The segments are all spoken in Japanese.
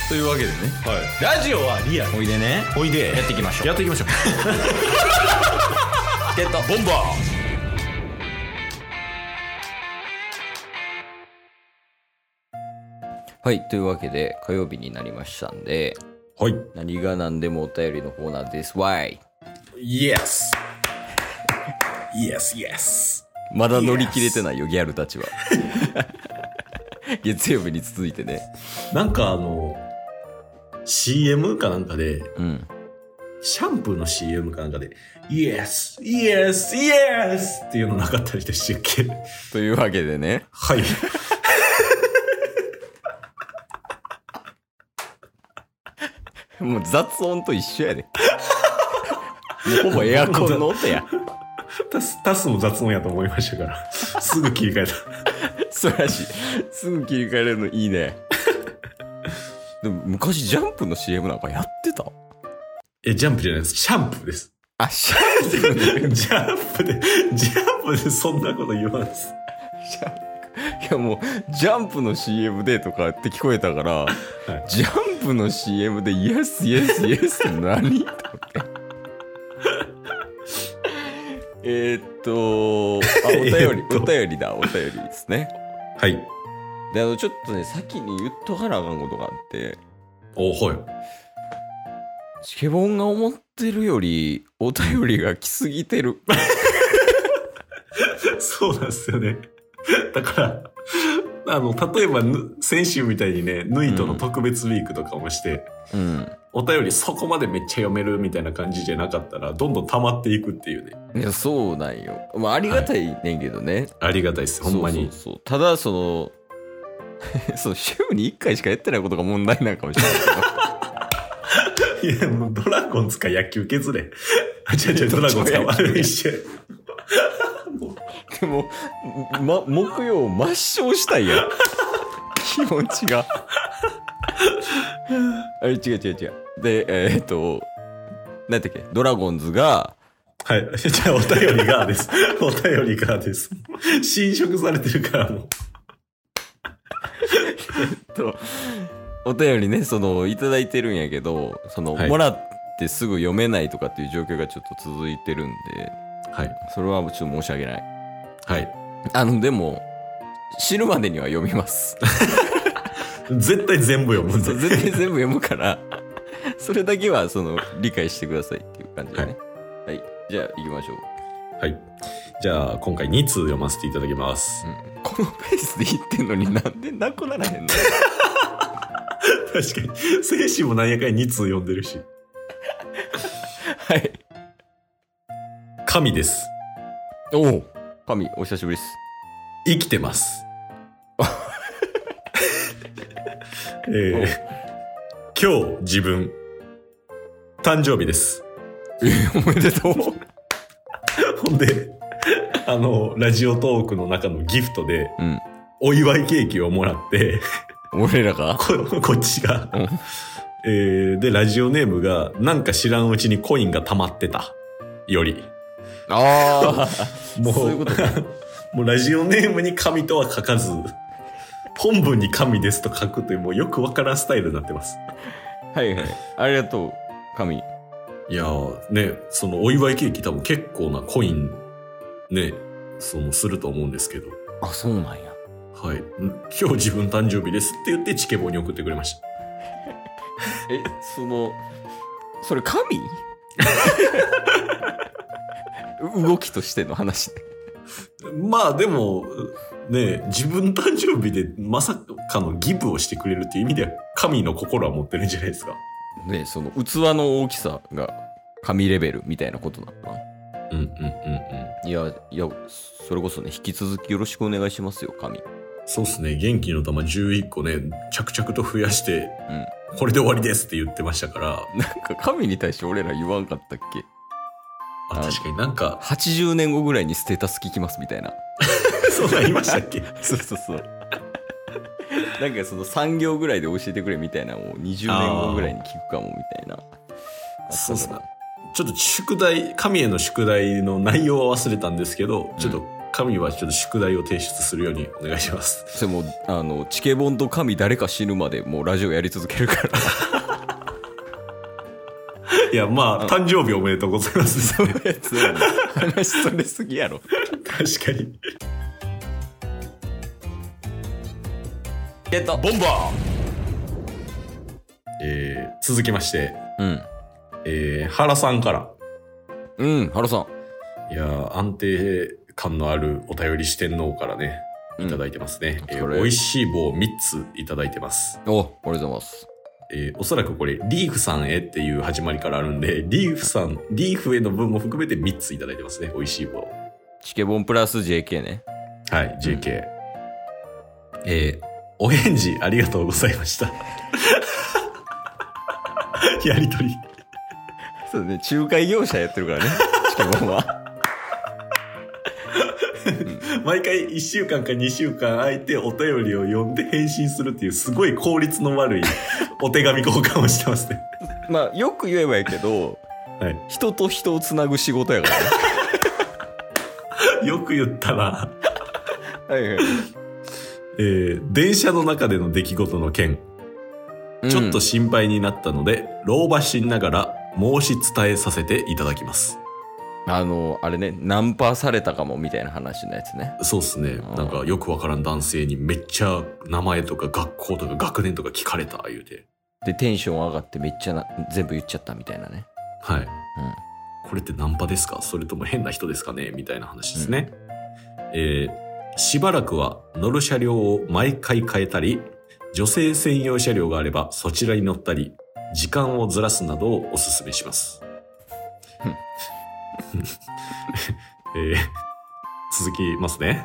というわけでね、 はい、ラジオはリアル。 おいでね、 おいでやっていきましょう。 やっていきましょうゲットボンバはい、というわけで火曜日になりましたんで、 ー。はい。 何が何でもお便りのコーナーです。わい。 Yes Yes Yes。 まだ乗り切れてないよ、ギャルたちは。月曜日に続いてね。 なんかCM かなんかで、 うん。 シャンプーの CM かなんかで Yes Yes Yes っていうのなかったりでしたっけ？ というわけでね。 はい。 もう雑音と一緒やで。もうほぼエアコンの音や。 タスも雑音やと思いましたから、すぐ切り替えた。 素晴らしい。すぐ切り替えれるのいいね。でも昔ジャンプの CM なんかやってた？ ジャンプじゃないです。シャンプーです。 あ、シャンプーね。 ジャンプでそんなこと言わんす。 いやもう、ジャンプの CM でとかって聞こえたから、はい、ジャンプの CM でイエスイエスイエスって何と思って。お便りですね。 はい。 で、ちょっとね、先に言っとかなあかんことがあって。 はい。 チケボンが思ってるより、お便りが来すぎてる。 そうなんですよね。だから、例えば、先週みたいにね、ヌイトの特別ウィークとかもして、うん、お便りそこまでめっちゃ読めるみたいな感じじゃなかったら、どんどん溜まっていくっていうね。 いや、そうなんよ。まあ、ありがたいねんけどね。 はい、ありがたいです、ほんまに。 そうただ、週に1回しかやってないことが問題なのかもしれないけど。いや、もうドラゴンズか野球削れ。違う、ドラゴンズか悪いし。 でも、木曜を抹消したいやん。気持ちが。違う。で、何だっけ、ドラゴンズが、 はい。じゃあ、お便りがです。お便りがです。侵食されてるからもう。 お便りね、いただいてるんやけど、はい、もらってすぐ読めないとかっていう状況がちょっと続いてるんで、はい。それはちょっと申し訳ない。 はい。 でも、死ぬまでには読みます。 絶対全部読むんだ。 絶対全部読むから、それだけは理解してくださいっていう感じでね。はい。はい。じゃあ行きましょう。 はい。じゃあ今回2通読ませていただきます。 うん、このペースで言ってんのになんでなくならへんの？ 確かに。精神もなんやかんや2通読んでるし。 はい。 神です。 おお。神、お久しぶりです。 生きてます。今日自分誕生日です。 おめでとう。 ほんでラジオトークの中のギフトで、うん、お祝いケーキをもらって俺らがこっちが、うん、でラジオネームがなんか知らんうちにコインが溜まってたより、 ああもうそういうことか。 もうラジオネームに神とは書かず本文に神ですと書くというもうよくわからんスタイルになってます。 はいはい、ありがとう神。 いやーね、お祝いケーキ多分結構なコインね、すると思うんですけど。 あ、そうなんや。 はい。今日自分誕生日ですって言ってチケボに送ってくれました。 それ神動きとしての話で。 まあでも、ね、自分誕生日でまさかのギブをしてくれるっていう意味では神の心は持ってるんじゃないですか。 ね、器の大きさが神レベルみたいなことなのかな。いや、それこそね、引き続きよろしくお願いしますよ、神。 そうっすね、元気の玉11個ね、着々と増やして、うん、これで終わりですって言ってましたから。 なんか神に対して俺ら言わんかったっけ？ 確かになんか。 80年後ぐらいにステータス聞きますみたいな。 そうなりましたっけ？ そう。なんか3行ぐらいで教えてくれみたいな、もう20年後ぐらいに聞くかもみたいな。 そうっすね。ちょっと神への宿題の内容は忘れたんですけど、ちょっと神はちょっと宿題を提出するようにお願いします。 それもチケボンと神誰か死ぬまでもうラジオやり続けるからいやまあ誕生日おめでとうございます、 そういうやつやね話それすぎやろ確かに。 ボンバー、続きまして、 うん原さんから。 原さん。 いや安定感のあるお便り四天王からね、いただいてますね。美味しい棒3ついただいてます。 お、ありがとうございます。 おそらくこれ、リーフさんへっていう始まりからあるんで、リーフへの分も含めて3ついただいてますね。美味しい棒。 チケボンプラス JK ね。 はい、JK。お返事ありがとうございました。やりとり。 そうね、仲介業者やってるからね、チケボンは。 毎回1週間か2週間空いてお便りを読んで返信するっていうすごい効率の悪いお手紙交換をしてますね。 まあよく言えばいいけど、はい、人と人をつなぐ仕事やからね。よく言ったな。 はいはい。 電車の中での出来事の件、ちょっと心配になったので、老婆しながら申し伝えさせていただきます。 あれね、ナンパされたかもみたいな話のやつね。 そうっすね。なんかよくわからん男性にめっちゃ名前とか学校とか学年とか聞かれた言うて。 で、テンション上がってめっちゃ全部言っちゃったみたいなね。 はい。これってナンパですか？それとも変な人ですかね？みたいな話ですね。しばらくは乗る車両を毎回変えたり、女性専用車両があればそちらに乗ったり、時間をずらすなどをお勧めします。続きますね。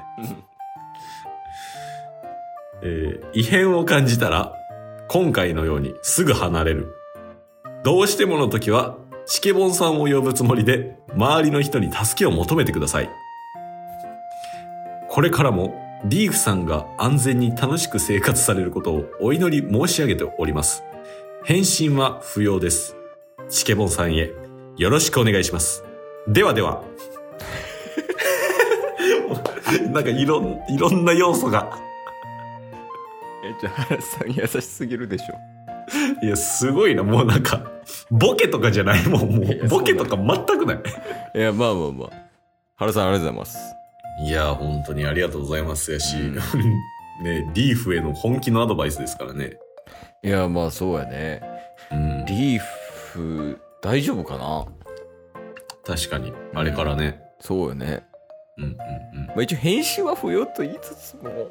異変を感じたら今回のようにすぐ離れる。どうしてもの時はチケボンさんを呼ぶつもりで周りの人に助けを求めてください。これからもリーフさんが安全に楽しく生活されることをお祈り申し上げております。返信は不要です。チケボンさんへよろしくお願いします。ではでは。なんかいろんな要素が。 じゃあ原さん優しすぎるでしょ。 いやすごいな。もうなんかボケとかじゃない。もうボケとか全くない。 いやまあ原さんありがとうございます。 いや本当にありがとうございますやし、ね、リーフへの本気のアドバイスですからね。 いやまあそうやね。リーフ大丈夫かな。確かにあれからね、 そうよね。まあ、一応返信は不要と言いつつも確か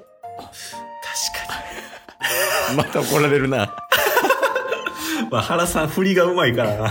にまた怒られるな。 まあ原さん振りがうまいからな。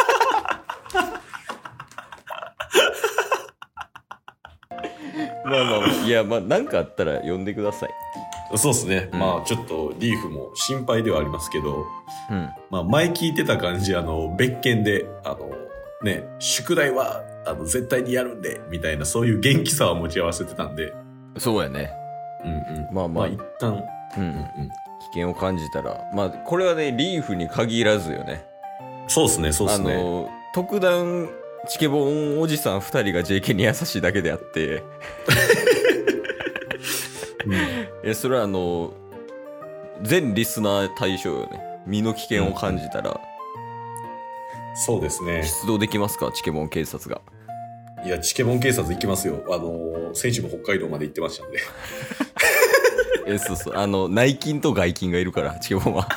いやなんかあったら呼んでください。 そうですね。まあちょっとリーフも心配ではありますけど、まあ前聞いてた感じ別件でね宿題は絶対にやるんでみたいなそういう元気さは持ち合わせてたんで。 そうやね。まあ一旦危険を感じたらまあこれはねリーフに限らずよね。 そうですね。 特段チケボンおじさん2人が JK に優しいだけであってそれは全リスナー対象よね。身の危険を感じたら、 そうですね。 出動できますかチケボン警察が。 いやチケボン警察行きますよ。先週も北海道まで行ってましたんで。 そう内勤と外勤がいるからチケボンは。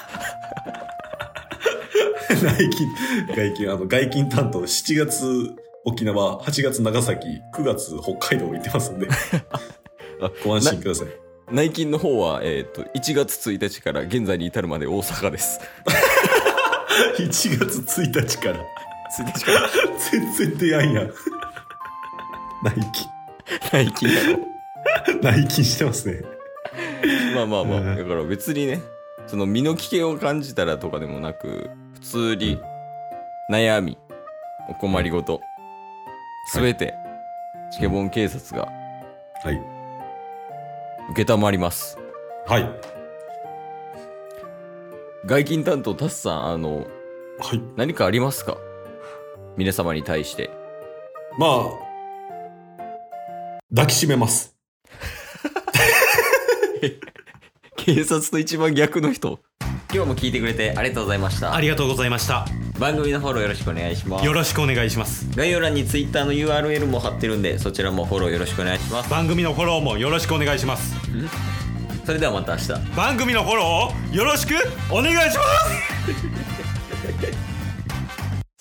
内勤外勤担当7月沖縄、8月長崎、9月北海道行ってますんでご安心ください。 内勤の方は、1月1日から現在に至るまで大阪です。 1月1日から全然出会いやん。 内勤やろ。 内勤してますね。 まあだから別にねその身の危険を感じたらとかでもなく普通に悩み、お困りごとすべてチケボン警察が承ります。 はい。 外勤担当タスさん何かありますか皆様に対して。 まあ抱きしめます。 警察と一番逆の人。今日も聞いてくれてありがとうございました。 ありがとうございました。 番組のフォローよろしくお願いします。 よろしくお願いします。 概要欄に Twitter の URL も貼ってるんで、そちらもフォローよろしくお願いします。 番組のフォローもよろしくお願いします。 それではまた明日。 番組のフォローをよろしくお願いします。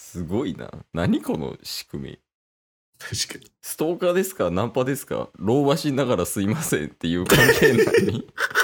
すごいな。何この仕組み。 確かに。 ストーカーですか？ナンパですか？老婆しながらすいませんっていう関係なのに